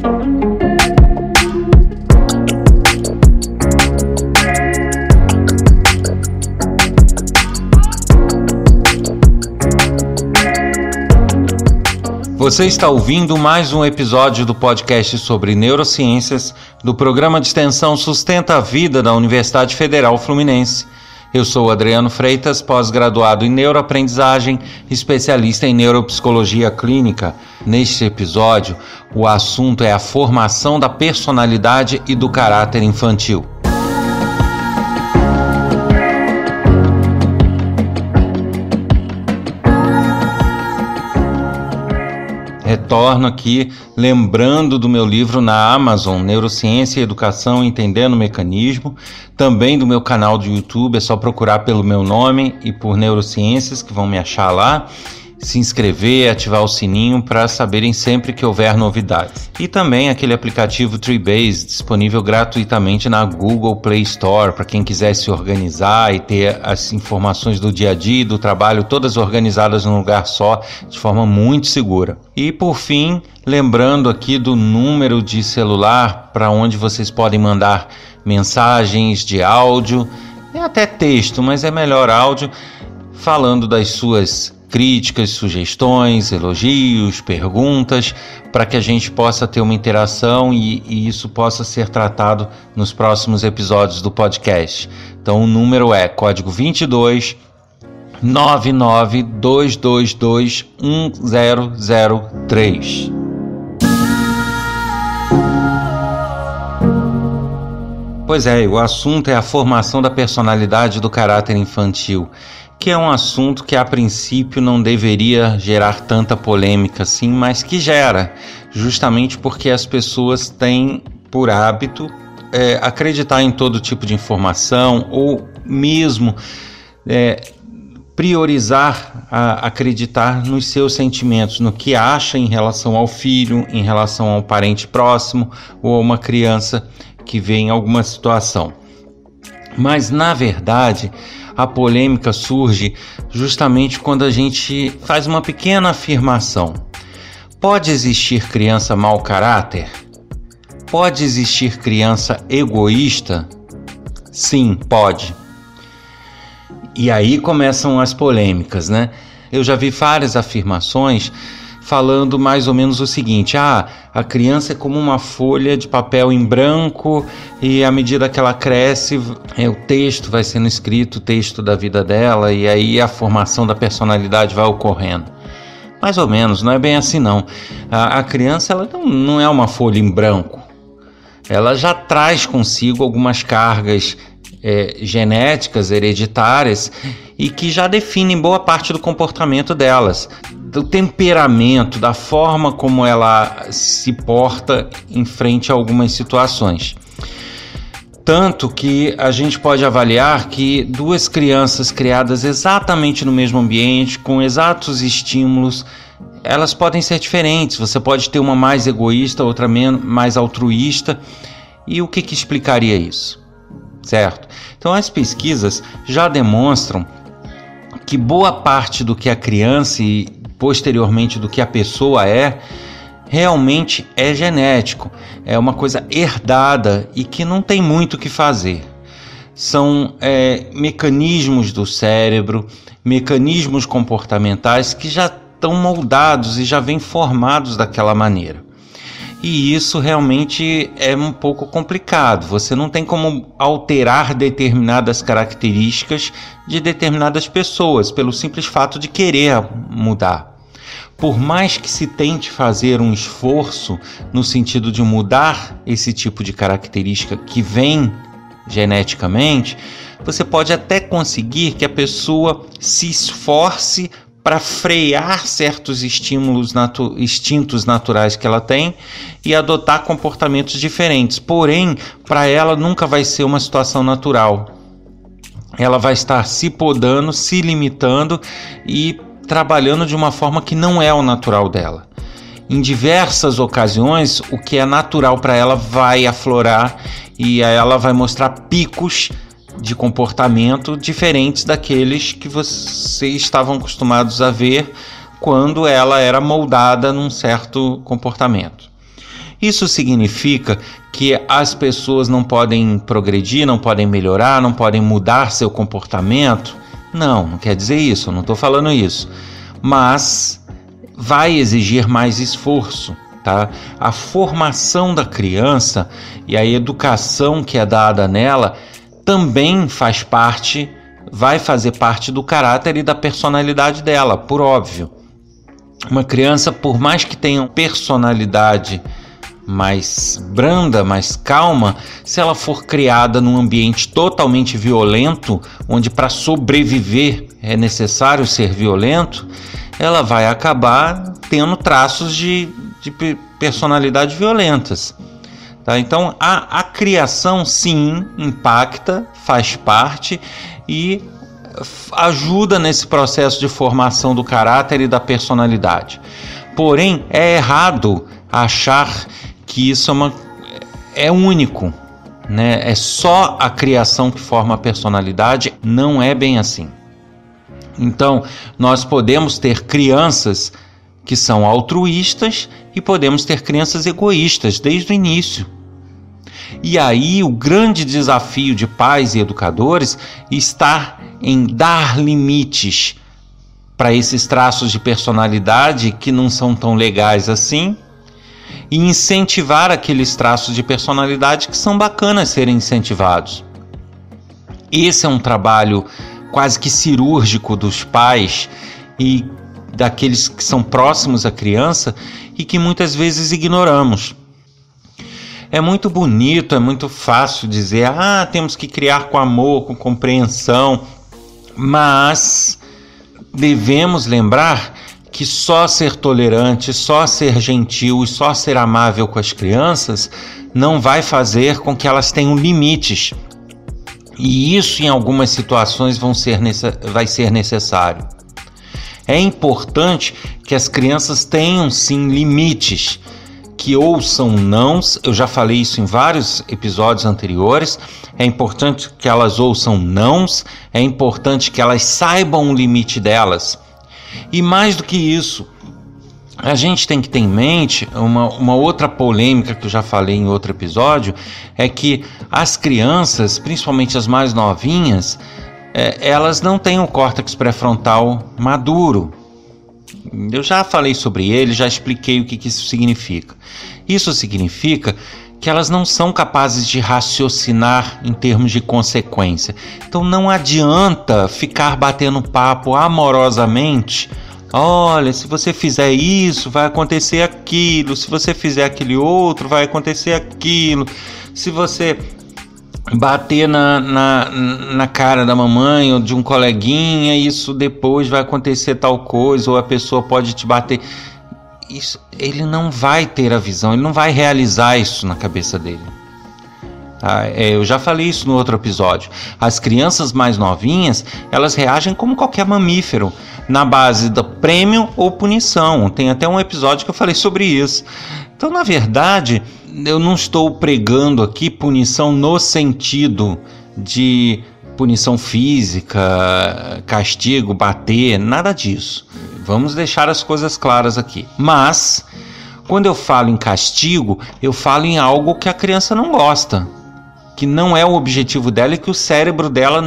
Você está ouvindo mais um episódio do podcast sobre neurociências do programa de extensão Sustenta a Vida da Universidade Federal Fluminense. Eu sou Adriano Freitas, pós-graduado em neuroaprendizagem, especialista em neuropsicologia clínica. Neste episódio, o assunto é a formação da personalidade e do caráter infantil. Retorno aqui lembrando do meu livro na Amazon, Neurociência e Educação Entendendo o Mecanismo, também do meu canal do YouTube, é só procurar pelo meu nome e por Neurociências que vão me achar lá, se inscrever, ativar o sininho para saberem sempre que houver novidades. E também aquele aplicativo Treebase, disponível gratuitamente na Google Play Store, para quem quiser se organizar e ter as informações do dia a dia e do trabalho todas organizadas num lugar só, de forma muito segura. E por fim, lembrando aqui do número de celular para onde vocês podem mandar mensagens de áudio, e até texto, mas é melhor áudio, falando das suas críticas, sugestões, elogios, perguntas, para que a gente possa ter uma interação e isso possa ser tratado nos próximos episódios do podcast. Então o número é código 22 99222 1003. Pois é, o assunto é a formação da personalidade e do caráter infantil, que é um assunto que a princípio não deveria gerar tanta polêmica assim, mas que gera, justamente porque as pessoas têm por hábito acreditar em todo tipo de informação ou mesmo priorizar acreditar nos seus sentimentos, no que acha em relação ao filho, em relação ao parente próximo ou a uma criança que vê em alguma situação. Mas, na verdade, a polêmica surge justamente quando a gente faz uma pequena afirmação. Pode existir criança mau caráter? Pode existir criança egoísta? Sim, pode. E aí começam as polêmicas, né? Eu já vi várias afirmações falando mais ou menos o seguinte: a criança é como uma folha de papel em branco e à medida que ela cresce, o texto vai sendo escrito, o texto da vida dela, e aí a formação da personalidade vai ocorrendo. Mais ou menos, não é bem assim não. A criança ela não é uma folha em branco. Ela já traz consigo algumas cargas genéticas, hereditárias, e que já definem boa parte do comportamento delas, do temperamento, da forma como ela se porta em frente a algumas situações. Tanto que a gente pode avaliar que duas crianças criadas exatamente no mesmo ambiente, com exatos estímulos, elas podem ser diferentes. Você pode ter uma mais egoísta, outra mais altruísta. E o que explicaria isso? Certo? Então as pesquisas já demonstram que boa parte do que a criança e posteriormente do que a pessoa realmente é genético, é uma coisa herdada e que não tem muito o que fazer. São mecanismos do cérebro, mecanismos comportamentais que já estão moldados e já vêm formados daquela maneira. E isso realmente é um pouco complicado. Você não tem como alterar determinadas características de determinadas pessoas pelo simples fato de querer mudar. Por mais que se tente fazer um esforço no sentido de mudar esse tipo de característica que vem geneticamente, você pode até conseguir que a pessoa se esforce para frear certos instintos naturais que ela tem e adotar comportamentos diferentes. Porém, para ela nunca vai ser uma situação natural. Ela vai estar se podando, se limitando e trabalhando de uma forma que não é o natural dela. Em diversas ocasiões, o que é natural para ela vai aflorar e aí ela vai mostrar picos de comportamento diferentes daqueles que vocês estavam acostumados a ver quando ela era moldada num certo comportamento. Isso significa que as pessoas não podem progredir, não podem melhorar, não podem mudar seu comportamento? Não quer dizer isso, eu não estou falando isso. Mas vai exigir mais esforço, tá? A formação da criança e a educação que é dada nela também vai fazer parte do caráter e da personalidade dela, por óbvio. Uma criança, por mais que tenha uma personalidade mais branda, mais calma, se ela for criada num ambiente totalmente violento, onde para sobreviver é necessário ser violento, ela vai acabar tendo traços de personalidade violentas. Tá? Então a criação sim impacta, faz parte e ajuda nesse processo de formação do caráter e da personalidade. Porém, é errado achar que isso é único, né? É só a criação que forma a personalidade. Não é bem assim. Então, nós podemos ter crianças que são altruístas e podemos ter crianças egoístas desde o início. E aí o grande desafio de pais e educadores está em dar limites para esses traços de personalidade que não são tão legais assim e incentivar aqueles traços de personalidade que são bacanas serem incentivados. Esse é um trabalho quase que cirúrgico dos pais e daqueles que são próximos à criança e que muitas vezes ignoramos. É muito bonito, é muito fácil dizer, temos que criar com amor, com compreensão, mas devemos lembrar que só ser tolerante, só ser gentil e só ser amável com as crianças não vai fazer com que elas tenham limites. E isso em algumas situações vai ser necessário. É importante que as crianças tenham sim limites, que ouçam nãos. Eu já falei isso em vários episódios anteriores. É importante que elas ouçam nãos, é importante que elas saibam o limite delas. E mais do que isso, a gente tem que ter em mente uma outra polêmica que eu já falei em outro episódio, é que as crianças, principalmente as mais novinhas, elas não têm o córtex pré-frontal maduro. Eu já falei sobre ele, já expliquei o que isso significa. Isso significa que elas não são capazes de raciocinar em termos de consequência. Então não adianta ficar batendo papo amorosamente. Olha, se você fizer isso, vai acontecer aquilo. Se você fizer aquele outro, vai acontecer aquilo. Se você bater na cara da mamãe ou de um coleguinha, isso depois vai acontecer tal coisa, ou a pessoa pode te bater. Isso, ele não vai ter a visão, ele não vai realizar isso na cabeça dele. Eu já falei isso no outro episódio. As crianças mais novinhas, elas reagem como qualquer mamífero, na base do prêmio ou punição. Tem até um episódio que eu falei sobre isso. Então, na verdade, eu não estou pregando aqui punição no sentido de punição física, castigo, bater, nada disso. Vamos deixar as coisas claras aqui. Mas, quando eu falo em castigo, eu falo em algo que a criança não gosta, que não é o objetivo dela e que o cérebro dela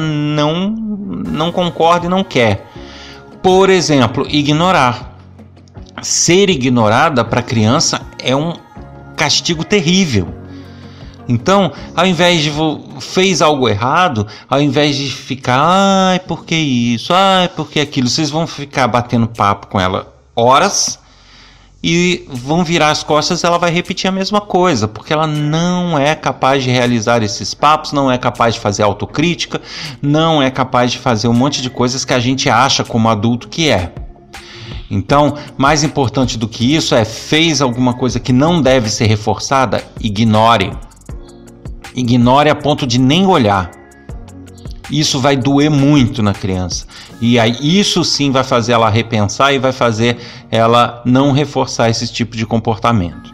não concorda e não quer. Por exemplo, ignorar. Ser ignorada para a criança é um castigo terrível. Então, ao invés de fez algo errado, ao invés de ficar, por que isso, por que aquilo, vocês vão ficar batendo papo com ela horas e vão virar as costas, ela vai repetir a mesma coisa, porque ela não é capaz de realizar esses papos, não é capaz de fazer autocrítica, não é capaz de fazer um monte de coisas que a gente acha como adulto que é. Então, mais importante do que isso fez alguma coisa que não deve ser reforçada, ignore. Ignore a ponto de nem olhar. Isso vai doer muito na criança. E aí isso sim vai fazer ela repensar e vai fazer ela não reforçar esse tipo de comportamento.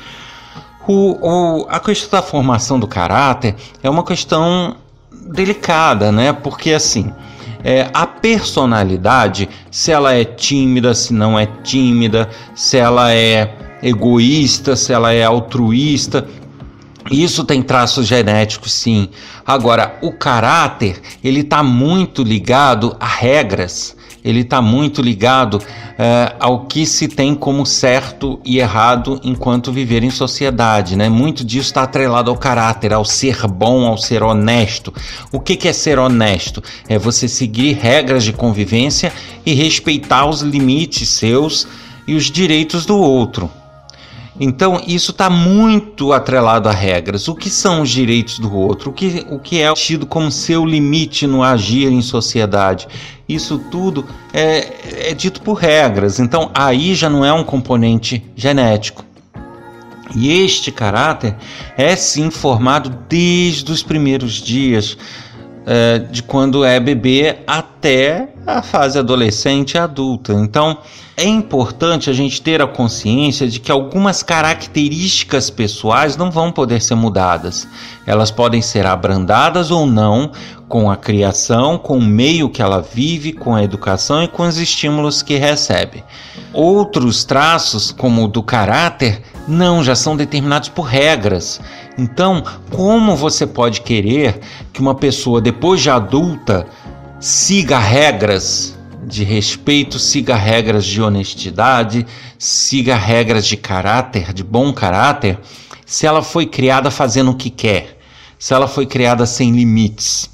A questão da formação do caráter é uma questão delicada, né? Porque assim, a personalidade, se ela é tímida, se não é tímida, se ela é egoísta, se ela é altruísta. Isso tem traços genéticos, sim. Agora, o caráter, ele está muito ligado a regras, ele está muito ligado ao que se tem como certo e errado enquanto viver em sociedade, né? Muito disso está atrelado ao caráter, ao ser bom, ao ser honesto. O que é ser honesto? É você seguir regras de convivência e respeitar os limites seus e os direitos do outro. Então, isso está muito atrelado a regras. O que são os direitos do outro? O que é tido como seu limite no agir em sociedade? Isso tudo é dito por regras. Então, aí já não é um componente genético. E este caráter é sim formado desde os primeiros dias, de quando é bebê até a fase adolescente e adulta. Então, é importante a gente ter a consciência de que algumas características pessoais não vão poder ser mudadas. Elas podem ser abrandadas ou não com a criação, com o meio que ela vive, com a educação e com os estímulos que recebe. Outros traços, como o do caráter, não, já são determinados por regras. Então, como você pode querer que uma pessoa, depois de adulta, siga regras de respeito, siga regras de honestidade, siga regras de caráter, de bom caráter, se ela foi criada fazendo o que quer, se ela foi criada sem limites,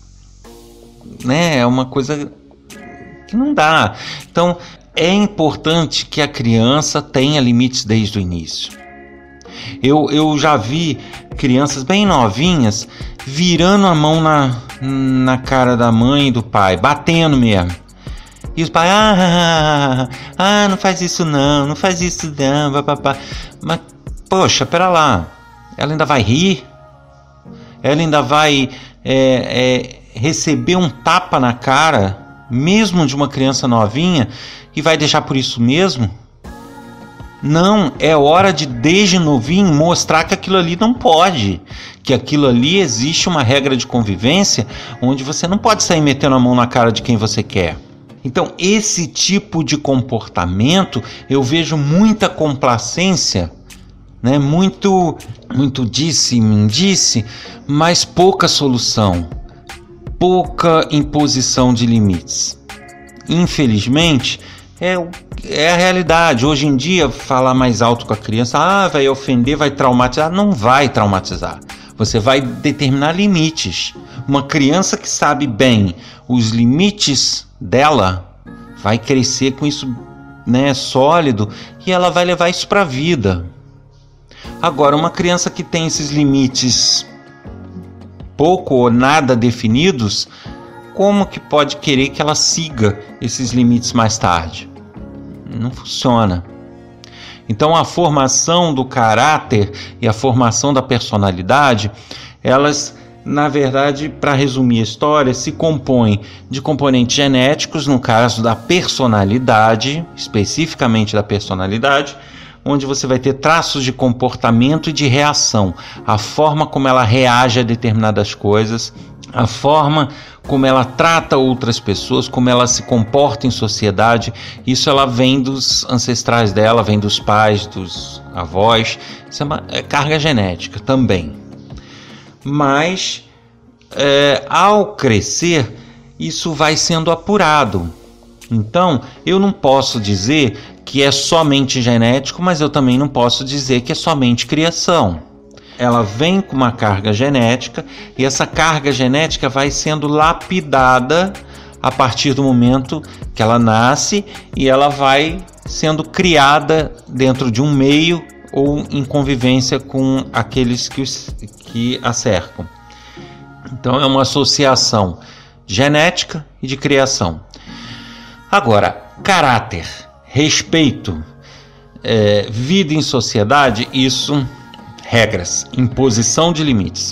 né? É uma coisa que não dá. Então, é importante que a criança tenha limites desde o início. Eu já vi crianças bem novinhas virando a mão na cara da mãe e do pai, batendo mesmo. E os pais, não faz isso não faz isso não, papapá. Mas, poxa, pera lá, ela ainda vai rir? Ela ainda vai receber um tapa na cara, mesmo de uma criança novinha, e vai deixar por isso mesmo? Não, é hora de, desde novinho, mostrar que aquilo ali não pode, que aquilo ali existe uma regra de convivência onde você não pode sair metendo a mão na cara de quem você quer. Então, esse tipo de comportamento, eu vejo muita complacência, né? Muito disse, mas pouca solução, pouca imposição de limites. Infelizmente, é a realidade. Hoje em dia, falar mais alto com a criança, vai ofender, vai traumatizar. Não vai traumatizar. Você vai determinar limites. Uma criança que sabe bem os limites dela vai crescer com isso, né, sólido, e ela vai levar isso para a vida. Agora, uma criança que tem esses limites pouco ou nada definidos, como que pode querer que ela siga esses limites mais tarde? Não funciona. Então, a formação do caráter e a formação da personalidade, elas, na verdade, para resumir a história, se compõem de componentes genéticos, no caso da personalidade, especificamente da personalidade, onde você vai ter traços de comportamento e de reação, a forma como ela reage a determinadas coisas, a forma como ela trata outras pessoas, como ela se comporta em sociedade. Isso ela vem dos ancestrais dela, vem dos pais, dos avós. Isso é uma carga genética também. Mas ao crescer, isso vai sendo apurado. Então, eu não posso dizer que é somente genético, mas eu também não posso dizer que é somente criação. Ela vem com uma carga genética e essa carga genética vai sendo lapidada a partir do momento que ela nasce e ela vai sendo criada dentro de um meio ou em convivência com aqueles que a cercam. Então é uma associação genética e de criação. Agora, caráter, respeito, vida em sociedade, isso... regras, imposição de limites.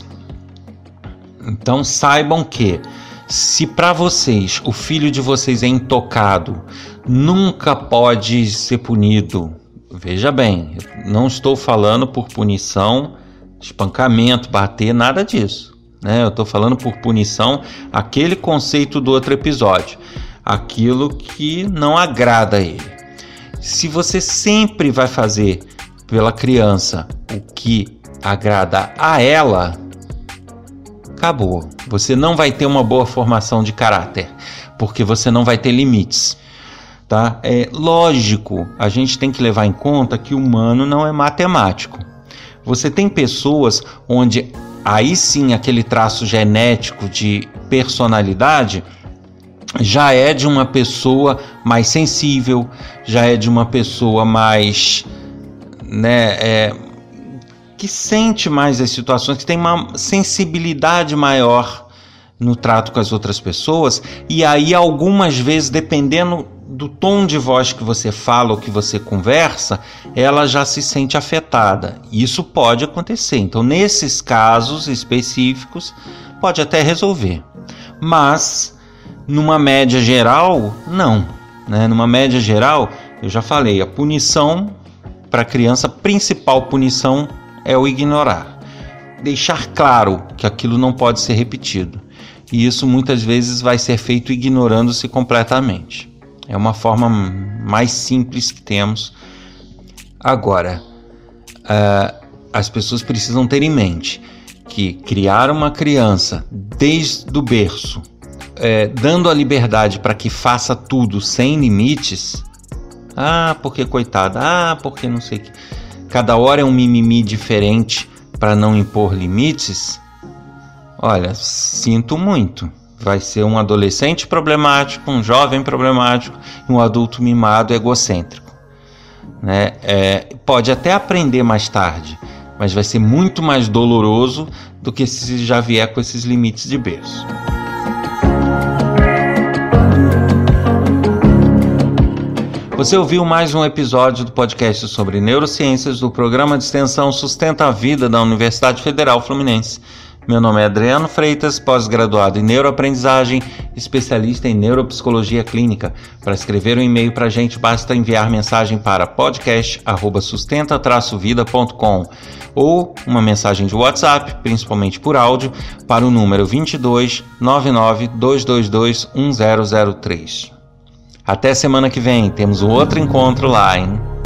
Então saibam que se para vocês o filho de vocês é intocado, nunca pode ser punido. Veja bem, não estou falando por punição, espancamento, bater, nada disso, né? Eu estou falando por punição, aquele conceito do outro episódio, aquilo que não agrada a ele. Se você sempre vai fazer pela criança o que agrada a ela, acabou. Você não vai ter uma boa formação de caráter, porque você não vai ter limites. Tá? É lógico, a gente tem que levar em conta que o humano não é matemático. Você tem pessoas onde aí sim aquele traço genético de personalidade já é de uma pessoa mais sensível, já é de uma pessoa mais, que sente mais as situações, que tem uma sensibilidade maior no trato com as outras pessoas, e aí algumas vezes, dependendo do tom de voz que você fala ou que você conversa, ela já se sente afetada. Isso pode acontecer. Então, nesses casos específicos, pode até resolver. Mas, numa média geral, não. Numa média geral, eu já falei, a punição para a criança, a principal punição é o ignorar. Deixar claro que aquilo não pode ser repetido. E isso muitas vezes vai ser feito ignorando-se completamente. É uma forma mais simples que temos. Agora, as pessoas precisam ter em mente que criar uma criança desde o berço, dando a liberdade para que faça tudo sem limites, porque coitada, porque não sei o que. Cada hora é um mimimi diferente para não impor limites. Olha, sinto muito. Vai ser um adolescente problemático, um jovem problemático e um adulto mimado egocêntrico. Pode até aprender mais tarde, mas vai ser muito mais doloroso do que se já vier com esses limites de berço. Você ouviu mais um episódio do podcast sobre neurociências do programa de extensão Sustenta a Vida da Universidade Federal Fluminense. Meu nome é Adriano Freitas, pós-graduado em neuroaprendizagem, especialista em neuropsicologia clínica. Para escrever um e-mail para a gente, basta enviar mensagem para podcast@sustenta-vida.com ou uma mensagem de WhatsApp, principalmente por áudio, para o número 22 99 222 1003. Até semana que vem, temos um outro encontro lá, hein?